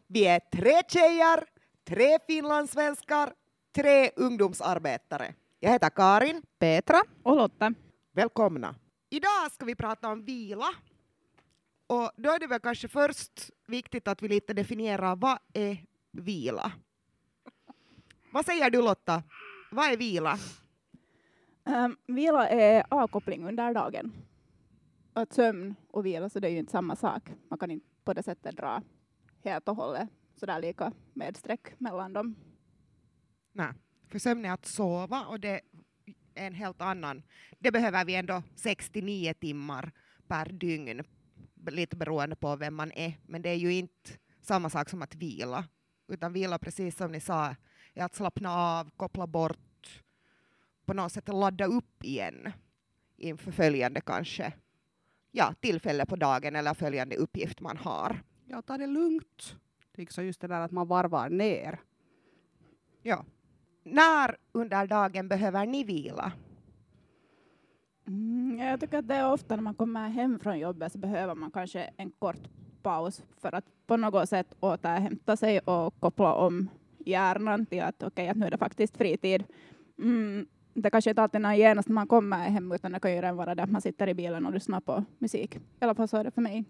Vi är 3 tjejer, 3 finlandssvenskar, 3 ungdomsarbetare. Jag heter Karin. Petra och Lotta. Välkomna. Idag ska vi prata om vila. Och då är det väl kanske först viktigt att vi lite definierar vad är vila. Vad säger du Lotta? Vad är vila? Vila är avkoppling under dagen. Att sömn och vila, så det är ju inte samma sak. Man kan inte på det sättet dra helt och hållet sådär lika med streck mellan dem. Nej, för sömn är att sova och det är en helt annan. Det behöver vi ändå 69 timmar per dygn. Lite beroende på vem man är. Men det är ju inte samma sak som att vila. Utan vila, precis som ni sa, är att slappna av, koppla bort, på något sätt ladda upp igen inför följande kanske tillfälle på dagen eller följande uppgift man har. Ja, ta det lugnt. Liksom just det där att man varvar ner. Ja. När under dagen behöver ni vila? Jag tycker att det är ofta när man kommer hem från jobbet så behöver man kanske en kort paus för att på något sätt återhämta sig och koppla om hjärnan till att okej, att nu är det faktiskt fritid. Det kanske inte alltid är genast när man kommer hem, utan det kan ju redan vara där att man sitter i bilen och lyssnar på musik. I alla fall så är det för mig.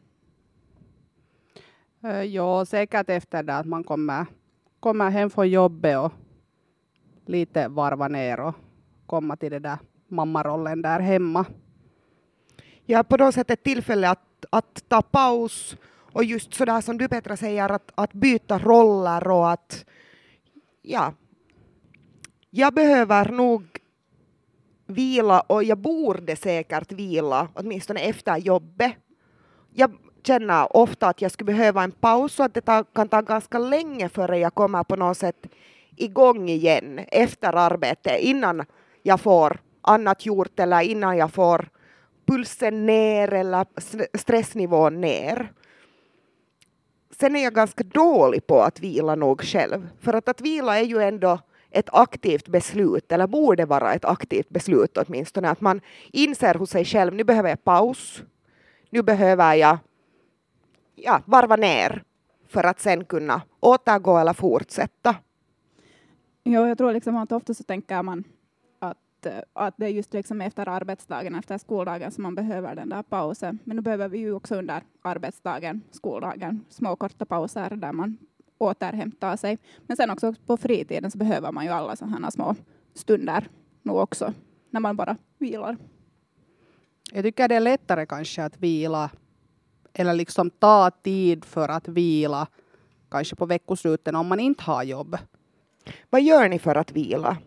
Ja, säkert efter det att man kommer hem från jobbet och lite varva ner och komma till det där mammarollen där hemma. Ja, på något sätt ett tillfälle att ta paus och just sådär som du Petra säger att byta roller och att jag behöver nog vila och jag borde säkert vila åtminstone efter jobbet. Jag känner ofta att jag skulle behöva en paus och att det kan ta ganska länge före jag kommer på något sätt igång igen efter arbetet innan jag får annat gjort eller innan jag får pulsen ner eller stressnivån ner. Sen är jag ganska dålig på att vila nog själv. För att vila är ju ändå ett aktivt beslut, eller borde vara ett aktivt beslut åtminstone. Att man inser hos sig själv, nu behöver jag paus. Nu behöver jag varva ner för att sen kunna återgå eller fortsätta. Ja, jag tror liksom att ofta så tänker man att det är just liksom efter arbetsdagen, efter skoldagen som man behöver den där pausen. Men nu behöver vi ju också under arbetsdagen, skoldagen, små korta pauser där man återhämtar sig. Men sen också på fritiden så behöver man ju alla sådana små stunder nu också, när man bara vilar. Jag tycker det är lättare kanske att vila eller liksom ta tid för att vila kanske på veckosluten om man inte har jobb. Vad gör ni för att vila?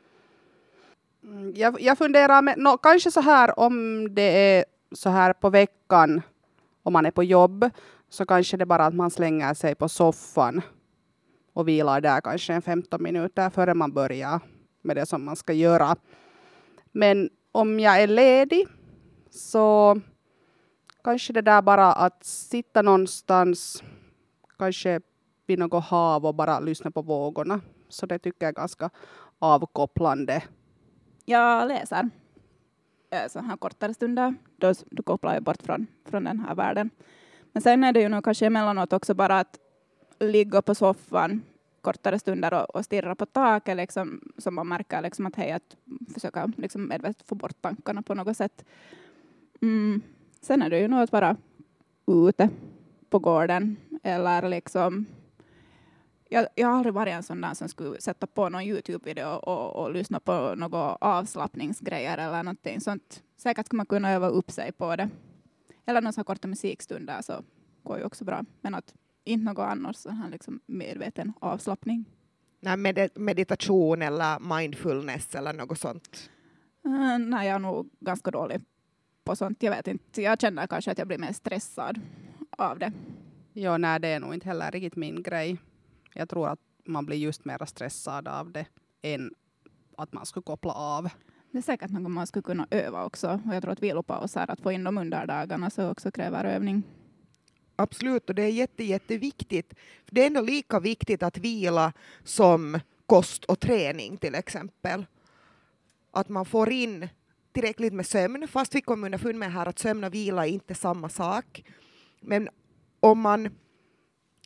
Jag funderar med, kanske så här om det är så här på veckan om man är på jobb, så kanske det bara att man slänger sig på soffan och vilar där kanske en 15 minuter före man börjar med det som man ska göra. Men om jag är ledig så kanske det där bara att sitta någonstans, kanske vid något hav och bara lyssna på vågorna. Så det tycker jag är ganska avkopplande. Jag läser så här kortare stunder. Då kopplar jag bort från den här världen. Men sen är det ju nog kanske emellanåt också bara att ligga på soffan kortare stunder och stirra på taket. Liksom, som man märker liksom att att försöka liksom medvetet få bort tankarna på något sätt. Sen är det ju nog att vara ute på gården. Eller liksom... Jag har aldrig varit en sån där som skulle sätta på någon YouTube-video och lyssna på några avslappningsgrejer eller någonting sånt. Säkert ska man kunna öva upp sig på det. Eller någon sån korta musikstunder så går ju också bra. Men att inte något annars så här liksom medveten avslappning. Nej, meditation eller mindfulness eller något sånt? Nej, jag är nog ganska dålig på sånt. Jag vet inte. Jag känner kanske att jag blir mer stressad av det. Ja, nej, det är nog inte heller riktigt min grej. Jag tror att man blir just mer stressad av det än att man skulle koppla av. Det är säkert något man skulle kunna öva också. Och jag tror att vilopauser, att få in dem under dagarna, så också kräver övning. Absolut, och det är jätteviktigt. Det är ändå lika viktigt att vila som kost och träning till exempel. Att man får in tillräckligt med sömn, fast vi kommer underfund med här att sömn och vila är inte samma sak. Men om man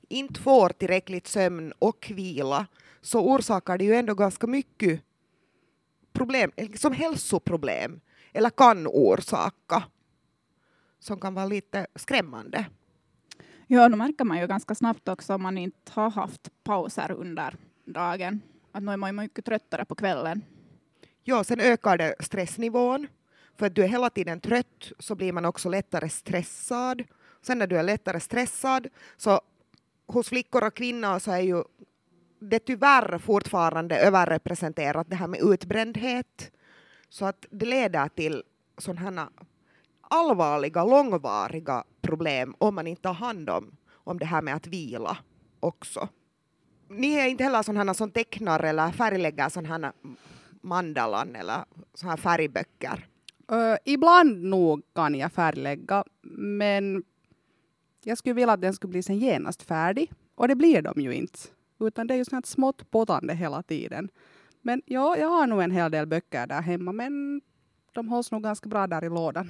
inte får tillräckligt sömn och vila så orsakar det ju ändå ganska mycket problem, som hälsoproblem, eller kan orsaka, som kan vara lite skrämmande. Ja, då märker man ju ganska snabbt också om man inte har haft pauser under dagen. Att nu är man ju mycket tröttare på kvällen. Ja, sen ökar det stressnivån. För att du är hela tiden trött så blir man också lättare stressad. Sen när du är lättare stressad så hos flickor och kvinnor så är ju det tyvärr fortfarande överrepresenterat det här med utbrändhet. Så att det leder till sådana allvarliga, långvariga problem om man inte tar hand om det här med att vila också. Ni är inte heller sådana som tecknar eller färglägger sådana mandalan eller sådana här färgböcker? Ibland nog kan jag färglägga, men jag skulle vilja att den skulle bli sen genast färdig. Och det blir de ju inte. Utan det är ju sånt smått potande hela tiden. Men ja, jag har nog en hel del böcker där hemma, men de hålls nog ganska bra där i lådan.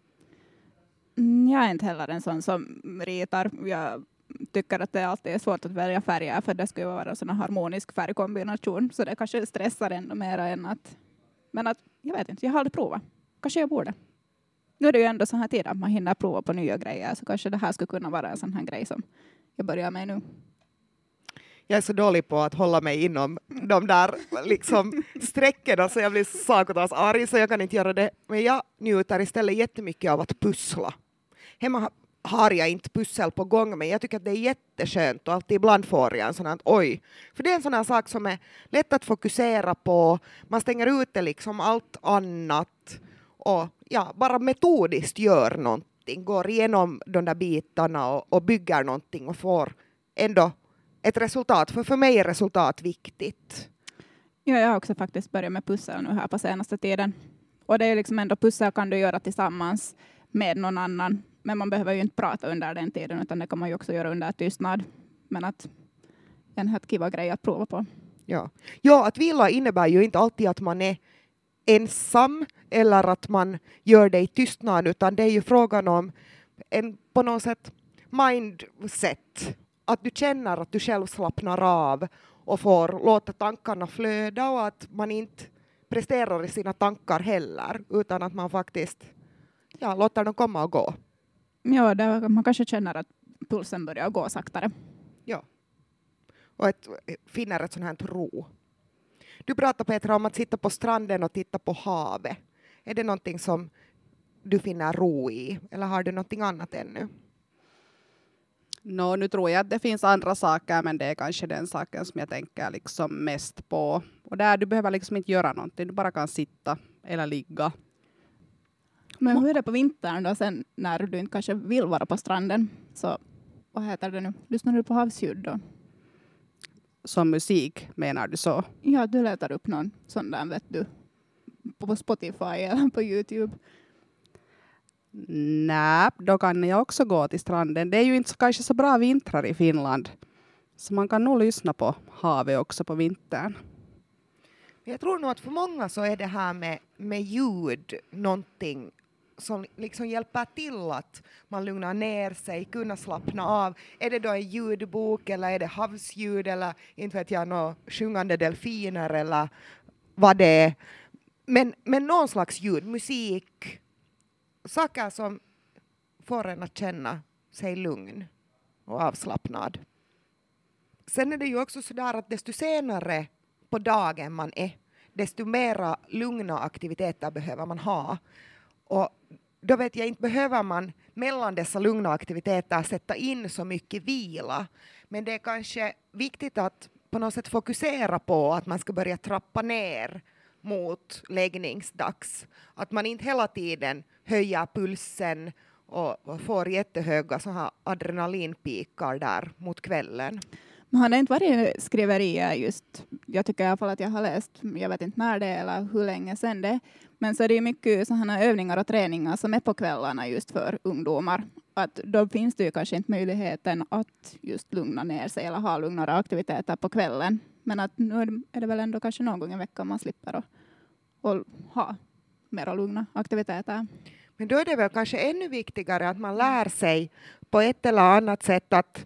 Jag är inte heller en sån som ritar. Jag tycker att det alltid är svårt att välja färger för det skulle vara en sån harmonisk färgkombination. Så det kanske stressar ändå mer än att... Men att, jag vet inte, jag har aldrig provat. Kanske jag borde. Nu är det ju ändå så här tid att man hinner prova på nya grejer. Så kanske det här skulle kunna vara en sån här grej som jag börjar med nu. Jag är så dålig på att hålla mig inom de där liksom sträckorna så jag blir sakotas arg så jag kan inte göra det. Men jag njuter istället jättemycket av att pussla. Hemma har jag inte pussel på gång men jag tycker att det är jätteskönt och alltid ibland får jag en sån här oj. För det är en sån här sak som är lätt att fokusera på. Man stänger ute liksom allt annat och ja, bara metodiskt gör någonting. Går igenom de där bitarna och bygger någonting och får ändå ett resultat. För mig är resultat viktigt. Ja, jag har också faktiskt börjat med pussel nu här på senaste tiden. Och det är liksom ändå pussel kan du göra tillsammans med någon annan. Men man behöver ju inte prata under den tiden utan det kan man ju också göra under tystnad. Men att en helt kiva grej att prova på. Ja, att vila innebär ju inte alltid att man är ensam eller att man gör det i tystnad utan det är ju frågan om en på något sätt mindset. Att du känner att du själv slappnar av och får låta tankarna flöda och att man inte presterar i sina tankar heller utan att man faktiskt låter dem komma och gå. Ja, man kanske känner att pulsen börjar gå saktare. Ja, och finner ett sånt här ro. Du pratar Petra om att sitta på stranden och titta på havet. Är det någonting som du finner ro i eller har du någonting annat ännu? Nu tror jag att det finns andra saker men det är kanske den saken som jag tänker liksom mest på. Och där du behöver liksom inte göra någonting, du bara kan sitta eller ligga. Men hur är det på vintern då sen när du inte kanske vill vara på stranden? Så vad heter det nu? Lyssnar du på havsljud då? Som musik menar du så? Ja, du letar upp någon sån där vet du på Spotify eller på YouTube. Nej, då kan jag också gå till stranden. Det är ju inte kanske så bra vintrar i Finland. Så man kan nog lyssna på havet också på vintern. Jag tror nog att för många så är det här med ljud någonting som liksom hjälper till att man lugnar ner sig, kunna slappna av. Är det då en ljudbok eller är det havsljud eller inte vet jag, några sjungande delfiner eller vad det är. Men någon slags ljud, musik, saker som får en att känna sig lugn och avslappnad. Sen är det ju också sådär att desto senare på dagen man är, desto mera lugna aktiviteter behöver man ha. Och då vet jag inte, behöver man mellan dessa lugna aktiviteter sätta in så mycket vila. Men det är kanske viktigt att på något sätt fokusera på att man ska börja trappa ner mot läggningsdags. Att man inte hela tiden höjer pulsen och får jättehöga så här adrenalinpikar där mot kvällen. Men har det inte varit skriverier just, jag tycker i alla fall att jag har läst, jag vet inte när det är eller hur länge sedan det, men så är det mycket sådana övningar och träningar som är på kvällarna just för ungdomar. Att då finns det ju kanske inte möjligheten att just lugna ner sig eller ha lugnare aktiviteter på kvällen. Men att nu är det väl ändå kanske någon gång i veckan man slipper och ha mera lugna aktiviteter. Men då är det väl kanske ännu viktigare att man lär sig på ett eller annat sätt att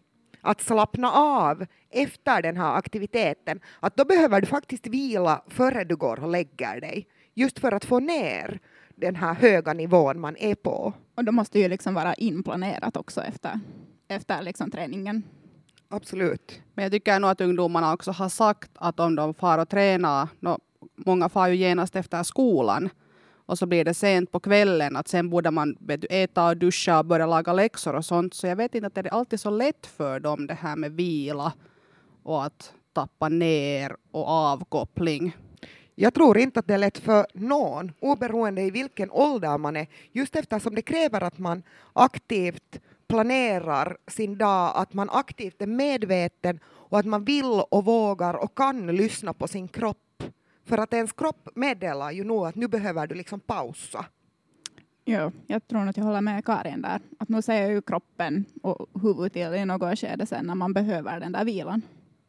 att slappna av efter den här aktiviteten. Att då behöver du faktiskt vila före du går och lägger dig. Just för att få ner den här höga nivån man är på. Och då måste ju liksom vara inplanerat också efter liksom träningen. Absolut. Men jag tycker nog att ungdomarna också har sagt att om de far och tränar, många far ju genast efter skolan och så blir det sent på kvällen att sen borde man äta och duscha och börja laga läxor och sånt. Så jag vet inte att det är alltid så lätt för dem det här med vila och att tappa ner och avkoppling. Jag tror inte att det är lätt för någon, oberoende i vilken ålder man är, just eftersom det kräver att man aktivt planerar sin dag, att man aktivt är medveten och att man vill och vågar och kan lyssna på sin kropp. För att ens kropp meddelar ju nog att nu behöver du liksom pausa. Jo, jag tror att jag håller med Karin där. Att nu säger ju kroppen och huvudet till i något skede sen när man behöver den där vilan.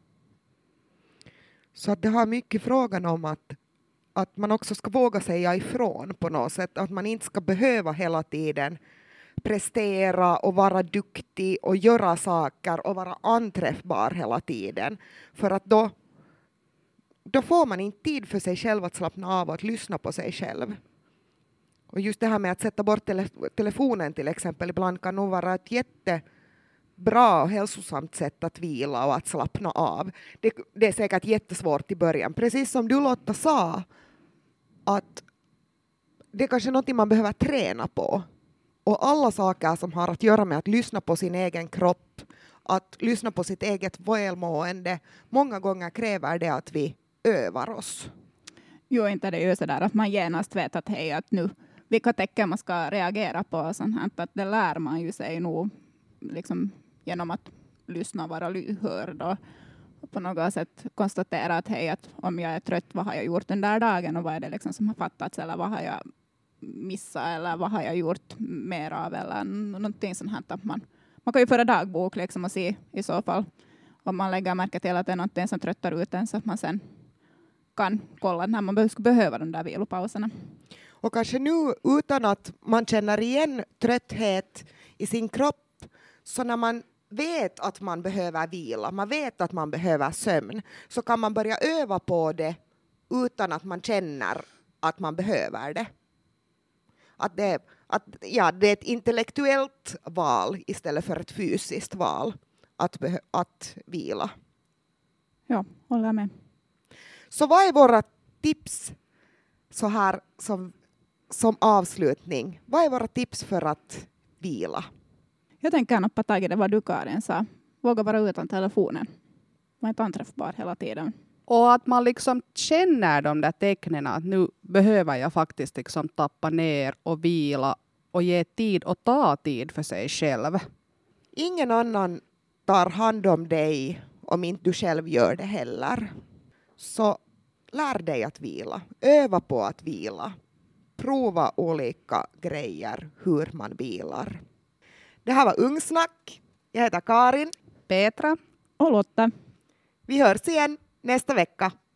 Så att det har mycket frågan om att man också ska våga säga ifrån på något sätt. Att man inte ska behöva hela tiden prestera och vara duktig och göra saker och vara anträffbar hela tiden. För att då får man inte tid för sig själv att slappna av och att lyssna på sig själv. Och just det här med att sätta bort telefonen till exempel ibland kan nog vara ett jättebra och hälsosamt sätt att vila och att slappna av. Det är säkert jättesvårt i början. Precis som du Lotta sa, att det är kanske något man behöver träna på. Och alla saker som har att göra med att lyssna på sin egen kropp, att lyssna på sitt eget välmående, många gånger kräver det att vi övar oss. Jo, inte det är ju sådär att man genast vet att hej, att nu vilka tecken man ska reagera på och sånt här, att det lär man ju sig nog liksom genom att lyssna och vara lyhörd och på något sätt konstatera att hej, att om jag är trött, vad har jag gjort den där dagen och vad är det liksom som har fattats eller vad har jag missat eller vad har jag gjort mer av eller någonting sånt här. Att man kan ju föra dagbok liksom och se i så fall om man lägger märke till att det är någonting som tröttar ut en så att man sen kan kolla när man skulle behöva de där vilopauserna. Och kanske nu utan att man känner igen trötthet i sin kropp, så när man vet att man behöver vila, man vet att man behöver sömn, så kan man börja öva på det utan att man känner att man behöver det. Att det är ett intellektuellt val istället för ett fysiskt val att vila. Ja, håller med. Så vad är våra tips så här som avslutning? Vad är våra tips för att vila? Jag tänker nappa tag i det vad du Karin sa. Våga vara utan telefonen. Var inte anträffbar hela tiden. Och att man liksom känner de där tecknen att nu behöver jag faktiskt liksom tappa ner och vila och ge tid och ta tid för sig själv. Ingen annan tar hand om dig om inte du själv gör det heller. Så lär dig att vila. Öva på att vila. Prova olika grejer hur man vilar. Det här var Ungsnack. Jag heter Karin. Petra. Och Lotta. Vi hörs igen nästa vecka.